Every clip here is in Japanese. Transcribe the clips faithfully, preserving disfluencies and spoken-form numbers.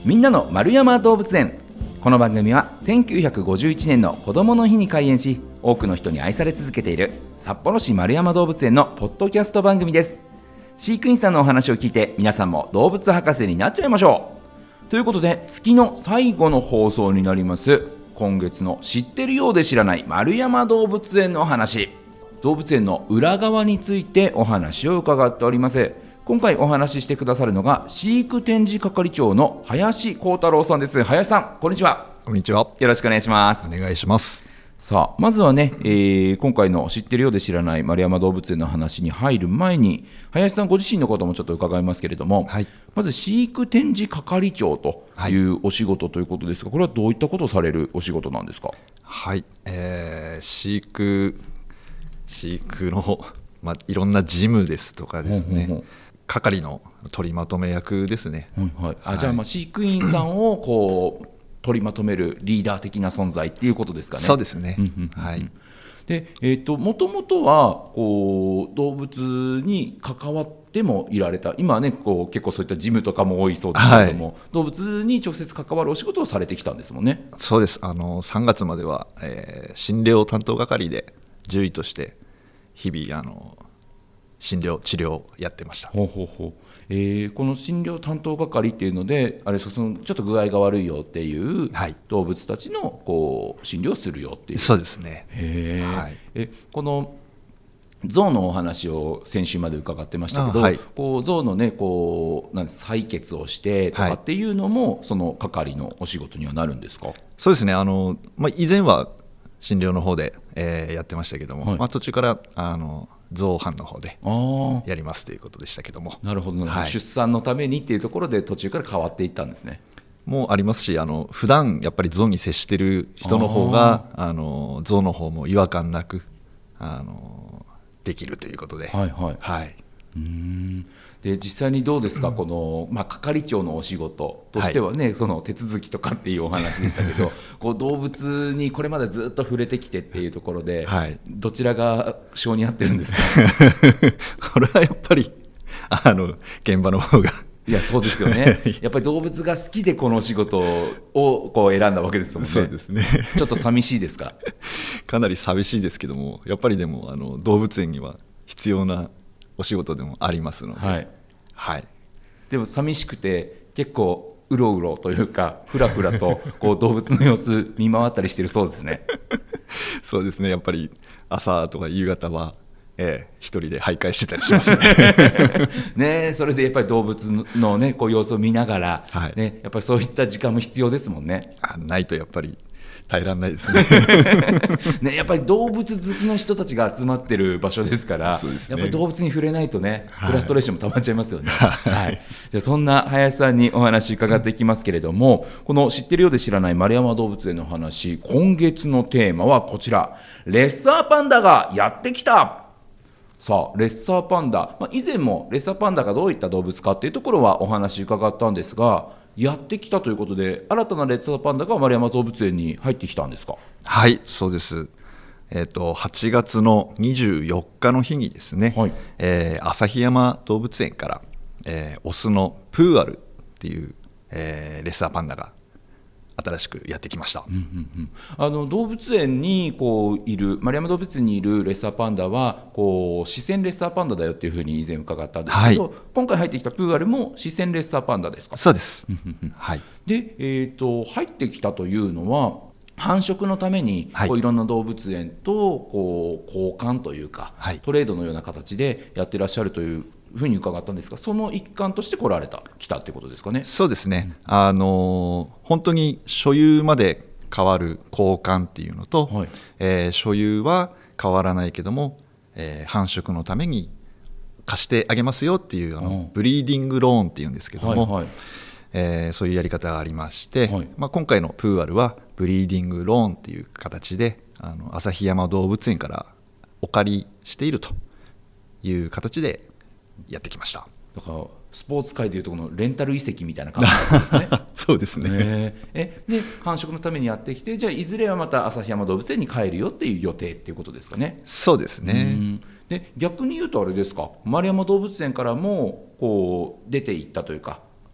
みんなの丸山動物園。この番組はせんきゅうひゃくごじゅういちねんの子どもの日に開園し、多くの人に愛され続けている札幌市丸山動物園のポッドキャスト番組です。飼育員さんのお話を聞いて、皆さんも動物博士になっちゃいましょうということで、月の最後の放送になります今月の知ってるようで知らない丸山動物園の話、動物園の裏側についてお話を伺っております。今回お話ししてくださるのが飼育展示係長の林幸太郎さんです。林さん、こんにちは。 こんにちは。 よろしくお願いします。 お願いします。 さあ、まずはね、えー、今回の知ってるようで知らない丸山動物園の話に入る前に、林さんご自身のこともちょっと伺いますけれども、はい、まず飼育展示係長というお仕事ということですが、これはどういったことをされるお仕事なんですか？ はい、えー、飼育飼育の、まあ、いろんな事務ですとかですね、ほうほうほう、係の取りまとめ役ですね。はいはい、あ、じゃあ、まあ飼育員さんをこう取りまとめるリーダー的な存在っていうことですかね。 そうですね。はい。 で、えーと、もともとはこう動物に関わってもいられた、今はねこう結構そういった事務とかも多いそうですけれども、はい、動物に直接関わるお仕事をされてきたんですもんね。 そうです。あのさんがつまでは、えー、診療担当係で獣医として日々あの診療治療をやってました。 ほうほうほう。えー、この診療担当係っていうので、あれそのちょっと具合が悪いよっていう動物たちのこう診療をするよっていう。 そうですね。 へー、はい、えこの象のお話を先週まで伺ってましたけど、はい、こう象のねこうなんです採血をしてとかっていうのも、はい、その係のお仕事にはなるんですか？ そうですね。あの、まあ、以前は診療の方で、えー、やってましたけども、はい、まあ、途中からあの造反の方でやりますということでしたけども。 なるほど、はい、出産のためにっていうところで途中から変わっていったんですね。 もうありますし、あの普段やっぱり象に接している人の方があの象の方も違和感なくあのできるということで、 はいはいはい、うーんで実際にどうですか、この、まあ、係長のお仕事としてはね、はい、その手続きとかっていうお話でしたけどこう動物にこれまでずっと触れてきてっていうところで、はい、どちらが性に合ってるんですか？ これはやっぱりあの現場の方がいやそうですよね。やっぱり動物が好きでこのお仕事をこう選んだわけですもんね。 そうですね。 ちょっと寂しいですか？ かなり寂しいですけども、やっぱりでもあの動物園には必要なお仕事でもありますので、はいはい、 でも寂しくて結構うろうろというかふらふらとこう動物の様子見回ったりしてるそうですね。 そうですね。やっぱり朝とか夕方は、ええ、一人で徘徊してたりしますね。 ね、それでやっぱり動物の、ね、こう様子を見ながら、はいね、やっぱりそういった時間も必要ですもんね。 あ、ないとやっぱり耐えられないですね。 ね、やっぱり動物好きの人たちが集まってる場所ですから、そうですね、やっぱり動物に触れないとね、フラストレーションも溜まっちゃいますよね。はいはい、じゃあそんな林さんにお話伺っていきますけれども、この知ってるようで知らない丸山動物園の話、今月のテーマはこちら、レッサーパンダがやってきた。さあレッサーパンダ、まあ、以前もレッサーパンダがどういった動物かっていうところはお話伺ったんですが、やってきたということで新たなレッサーパンダが丸山動物園に入ってきたんですか？ はい、そうです。えーと、はちがつのにじゅうよっかの日にですね、はい、えー、旭山動物園から、えー、オスのプーアルっていう、えー、レッサーパンダが新しくやってきました。うんうんうん、あの動物園にこういる丸山動物園にいるレッサーパンダはこう視線レッサーパンダだよっていうふうに以前伺ったんですけど、はい、今回入ってきたプーアルも視線レッサーパンダですか？ そうです。はい、 で、えーと、入ってきたというのは繁殖のためにこういろんな動物園とこう交換というか、はい、トレードのような形でやってらっしゃるというふうに伺ったんですが、その一環として来られた来たってことですかね？ そうですね、うん、あの本当に所有まで変わる交換っていうのと、はい、えー、所有は変わらないけども、えー、繁殖のために貸してあげますよっていうあの、うん、ブリーディングローンっていうんですけども、はいはい、えー、そういうやり方がありまして、はい、まあ、今回のプーアルはブリーディングローンっていう形であの旭山動物園からお借りしているという形でやってきました。 だからスポーツ界でいうとこのレンタル移籍みたいな感じなんですね。 そうですね。 ええで繁殖のためにやってきて、じゃあいずれはまた旭山動物園に帰るよっていう予定っていうことですかね？ そうですね。 うん、で逆に言うとあれですか、丸山動物園からもこう出ていったというか、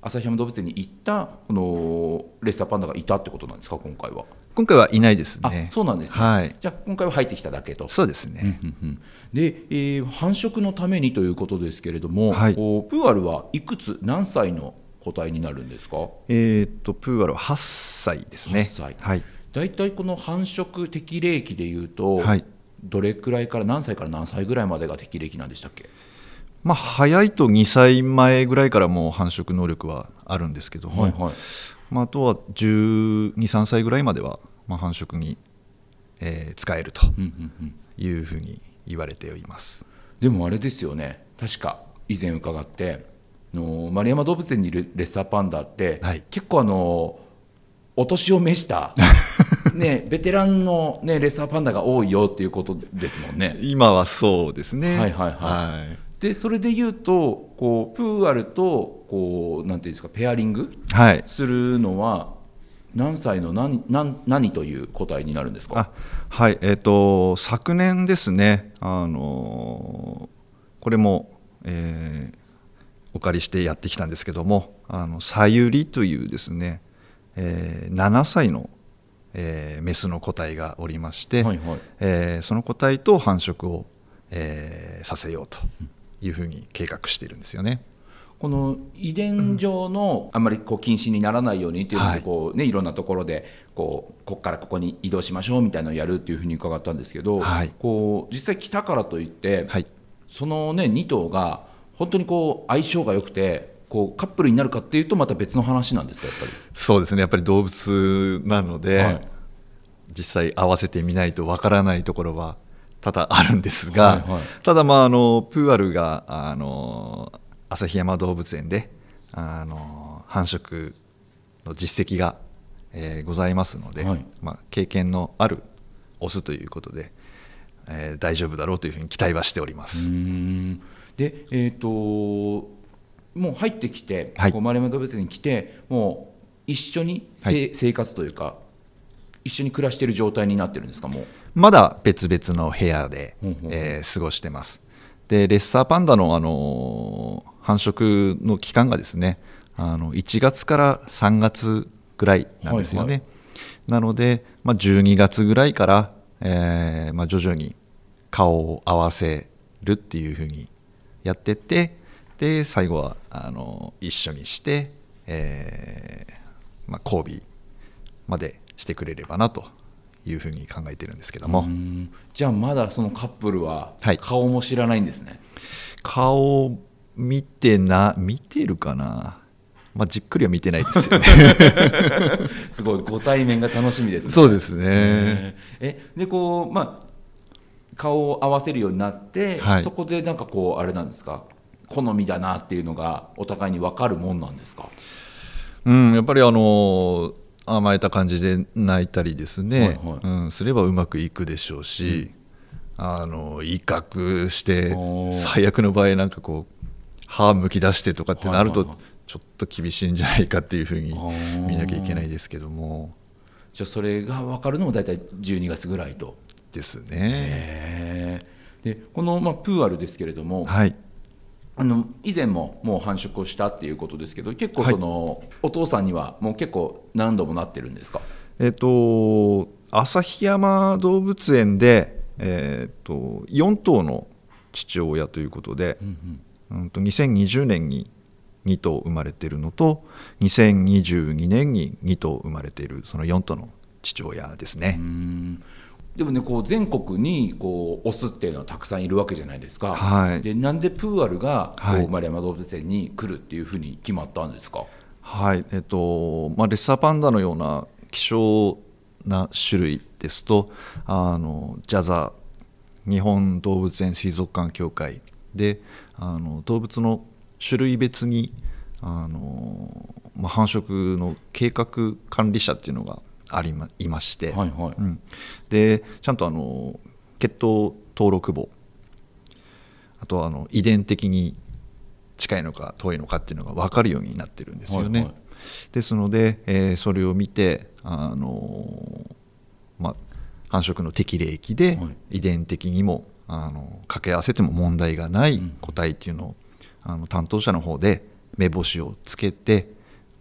旭山動物園に行ったこのレッサーパンダがいたってことなんですか、今回は。 今回はいないですね。 あ、そうなんですね、 はい、 じゃあ今回は入ってきただけと。 そうですね、 うんうんうん、で、えー、繁殖のためにということですけれども、 はい、 プーアルはいくつ何歳の個体になるんですか。 えー、とプーアルははっさいですね。 はっさい、 はい、 だいたいこの繁殖適齢期でいうと、 はい、 どれくらいから何歳から何歳ぐらいまでが適齢期なんでしたっけ。 まあ、早いとにさいまえぐらいからもう繁殖能力はあるんですけども、 はいはい、 まあ、あとはじゅうに、さんさいぐらいまではまあ繁殖に、えー使えるというふうに言われております。 でもあれですよね、確か以前伺っての丸山動物園にいるレッサーパンダって、はい、結構あのお年を召したね、ベテランの、ね、レッサーパンダが多いよっていうことですもんね。 今はそうですね。 はいはいはい、はい、でそれでいうとこうプーアルとこうなんていうんですか、ペアリングするのは何歳の 何, 何, 何という個体になるんですか。 あ、はい、えーと、昨年ですね、あのー、これも、えー、お借りしてやってきたんですけども、あのさゆりというですね、えー、ななさいの、えー、メスの個体がおりまして、はいはい、えー、その個体と繁殖を、えー、させようというふうに計画しているんですよね。 この遺伝上のあんまりこう禁止にならないようにっていうのでこう、ね、いろんなところでこうここからここに移動しましょうみたいなのをやるっていうふうに伺ったんですけど、はい、こう実際来たからといって、はい、その、ね、に頭が本当にこう相性が良くてこうカップルになるかっていうとまた別の話なんですか。やっぱりそうですね、 やっぱり動物なので、はい、実際合わせてみないとわからないところは多々あるんですが、はいはい、ただ、まあ、あのプーアルがあの旭山動物園であの繁殖の実績が、えー、ございますので、はい、まあ、経験のあるオスということで、えー、大丈夫だろうというふうに期待はしております。 うーんで、えーと、もう入ってきて、はい、こう丸山動物園に来てもう一緒に、はい、生活というか一緒に暮らしている状態になってるんですか。もうまだ別々の部屋で、うんうん、えー、過ごしてます。でレッサーパンダの、あのー、繁殖の期間がですね、あのいちがつからさんがつぐらいなんですよね。はいはい、なので、まあ、じゅうにがつぐらいから、えーまあ、徐々に顔を合わせるっていうふうにやってって、で最後はあの一緒にして、えーまあ、交尾までしてくれればなというふうに考えてるんですけども。うーんじゃあまだそのカップルは顔も知らないんですね。はい、 顔見てな見てるかな、まあ、じっくりは見てないですよねすごいご対面が楽しみですね。 そうですね。 えでこう、まあ、顔を合わせるようになって、はい、そこでなんかこうあれなんですか、好みだなっていうのがお互いに分かるもんなんですか。 うん、やっぱりあの甘えた感じで泣いたりですね、はいはい、うん、すればうまくいくでしょうし、うん、あの威嚇して最悪の場合なんかこう歯むき出してとかってなるとちょっと厳しいんじゃないかっていうふうに見なきゃいけないですけども。 じゃあそれが分かるのもだいたいじゅうにがつぐらいとですね。 でこの、まあ、プーアルですけれども、はい、あの以前ももう繁殖をしたっていうことですけど、結構その、はい、お父さんにはもう結構何度もなってるんですか。 えっと旭山動物園で、えっとよん頭の父親ということで、うんうんうんとにせんにじゅうねんにに頭生まれているのとにせんにじゅうにねんにに頭生まれているそのよん頭の父親ですね。 うーんでもね、こう全国にこうオスっていうのはたくさんいるわけじゃないですか。はい、でなんでプーアルがこう丸山動物園に来るっていうふうに決まったんですか。 はい、えっとまあ、レッサーパンダのような希少な種類ですと、あのジャザー日本動物園水族館協会であの動物の種類別にあの、まあ、繁殖の計画管理者っていうのがありま、いまして、はいはい、うん、でちゃんとあの血統登録簿、あとはあの遺伝的に近いのか遠いのかっていうのが分かるようになってるんですよね。はいはい、ですので、えー、それを見てあの、まあ、繁殖の適齢期で遺伝的にもあの掛け合わせても問題がない個体っていうのを、うん、あの担当者の方で目星をつけて、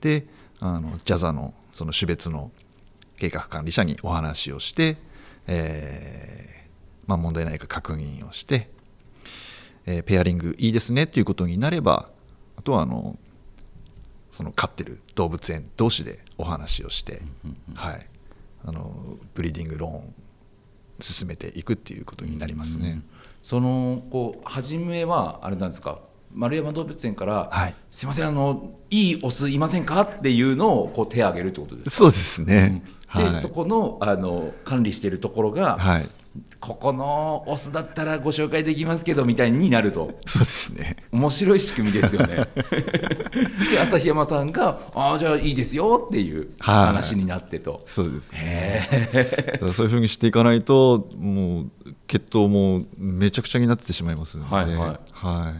て、あのジャザのその種別の計画管理者にお話をして、えーまあ、問題ないか確認をして、えー、ペアリングいいですねということになれば、あとはあのその飼ってる動物園同士でお話をして、うんうん、はい、あのブリーディングローン進めていくっていうことになりますね。うん、 そのこう初めはあれなんですか、丸山動物園から、はい、すいません、あのいいオスいませんかっていうのをこう手を挙げるってことですか？ そうですね。 うん、で、 はい、 そこの、あの管理しているところが、はい、ここのオスだったらご紹介できますけどみたいになると。 そうですね。 面白い仕組みですよね。で、旭山さんがああじゃあいいですよっていう話になってと。 はい、そうですね。そういうふうにしていかないともう血統もめちゃくちゃになってしまいますので、はいはいはい、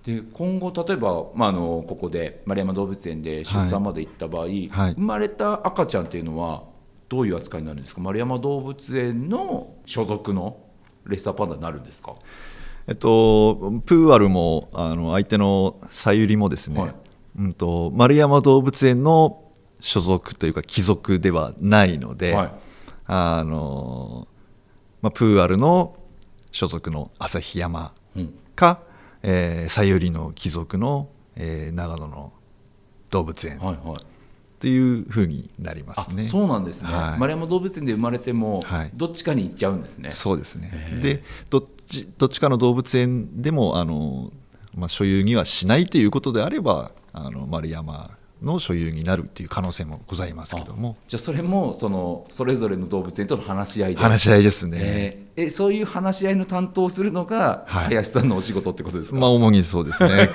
で今後例えば、まあ、あのここで丸山動物園で出産まで行った場合、はいはい、生まれた赤ちゃんっていうのはどういう扱いになるんですか？丸山動物園の所属のレッサーパンダになるんですか？ えっと、プーアルもあの相手のサユリもですね、はい、うんと、丸山動物園の所属というか帰属ではないので、はい、あのまあ、プーアルの所属の旭山か、うん、えー、サユリの帰属の、えー、長野の動物園、はいはい、っていう風になりますね。 あ、そうなんですね。はい、丸山動物園で生まれても、はい、どっちかに行っちゃうんですね。 そうですね。で、どっち、どっちかの動物園でもあの、まあ、所有にはしないということであれば、あの丸山の所有になるっていう可能性もございますけども。 じゃあそれも そのそれぞれの動物園との話し合いで。 話し合いですね。 えー、えそういう話し合いの担当をするのが、はい、林さんのお仕事ってことですか？ まあ主にそうですね。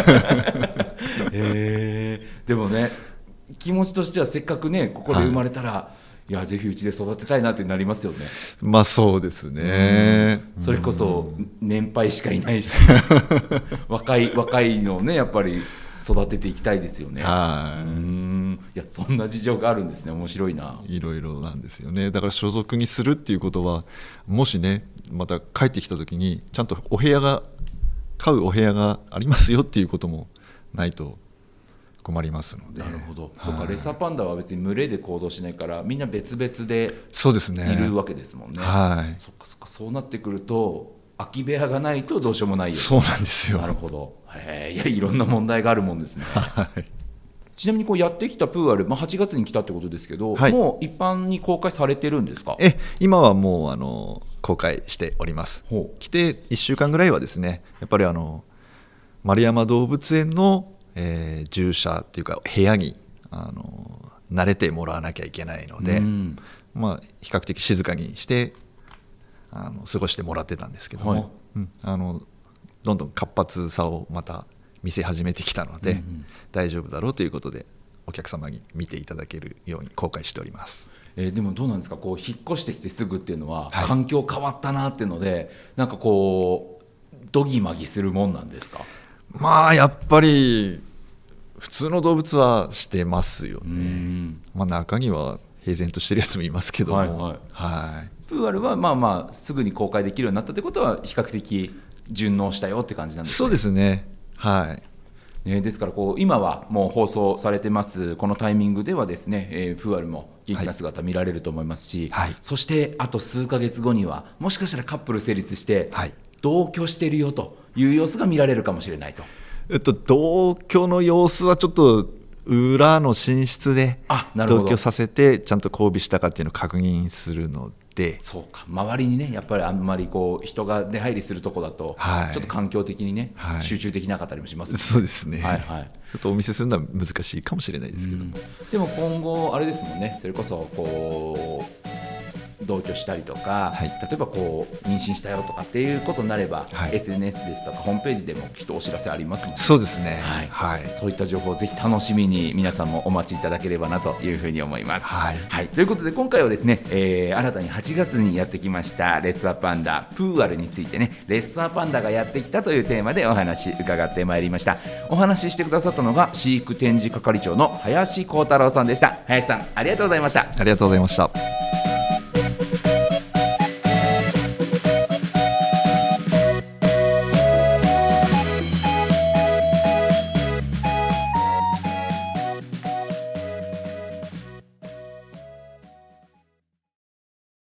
えー、でもね、気持ちとしてはせっかくねここで生まれたら、はい、いやぜひうちで育てたいなってなりますよね。 まあそうですね。 それこそ年配しかいないし若い若いのをねやっぱり育てていきたいですよね。はい、うーん、いやそんな事情があるんですね。面白いな。 いろいろなんですよね。だから所属にするっていうことは、もしねまた帰ってきた時にちゃんとお部屋が飼うお部屋がありますよっていうこともないと困りますので。 なるほど、はい、そうか、レッサーパンダは別に群れで行動しないからみんな別々でそうですね、 いるわけですもんね。はい、そっかそっか、そうなってくると空き部屋がないとどうしようもないよ。 そうなんですよ。 なるほど。へ、いやいろんな問題があるもんですね。はい、ちなみにこうやってきたプーアル、まあ、はちがつに来たってことですけど、はい、もう一般に公開されてるんですか？ え今はもうあの公開しております。来ていっしゅうかんぐらいはですね、やっぱりあの丸山動物園の、えー、獣舎っていうか部屋にあの慣れてもらわなきゃいけないので、うんまあ、比較的静かにしてあの過ごしてもらってたんですけども、はいうん、あのどんどん活発さをまた見せ始めてきたので、うんうん、大丈夫だろうということでお客様に見ていただけるように公開しております。 えー、でもどうなんですか、こう引っ越してきてすぐっていうのは、はい、環境変わったなっていうのでなんかこうドギマギするもんなんですか？ まあやっぱり普通の動物はしてますよね。うんまあ、中には平然としてるやつもいますけども、はいはいはい、 プーアルはまあまあすぐに公開できるようになったということは比較的順応したよって感じなんですね。 そうですね、はいね、ですからこう今はもう放送されてますこのタイミングではですね、えー、プーアルも元気な姿見られると思いますし、はい、そしてあと数ヶ月後にはもしかしたらカップル成立して、はい、同居しているよという様子が見られるかもしれないと。 えっと、同居の様子はちょっと裏の寝室で同居させてちゃんと交尾したかっていうのを確認するので。 そうか、周りにねやっぱりあんまりこう人が出入りするとこだと、はい、ちょっと環境的にね、はい、集中できなかったりもしますね。 そうですね、 はいはい、 ちょっとお見せするのは難しいかもしれないですけども、 でも今後あれですもんね、それこそこう同居したりとか、はい、例えばこう妊娠したよとかっていうことになれば、はい、エスエヌエス ですとかホームページでもきっとお知らせありますもんね。 そうですね、 はいはい、そういった情報をぜひ楽しみに皆さんもお待ちいただければなというふうに思います。はいはい、ということで今回はですね、えー、新たにはちがつにやってきましたレッサーパンダプーアルについてね、レッサーパンダがやってきたというテーマでお話伺ってまいりました。お話ししてくださったのが飼育展示係長の林光太郎さんでした。林さんありがとうございました。 ありがとうございました。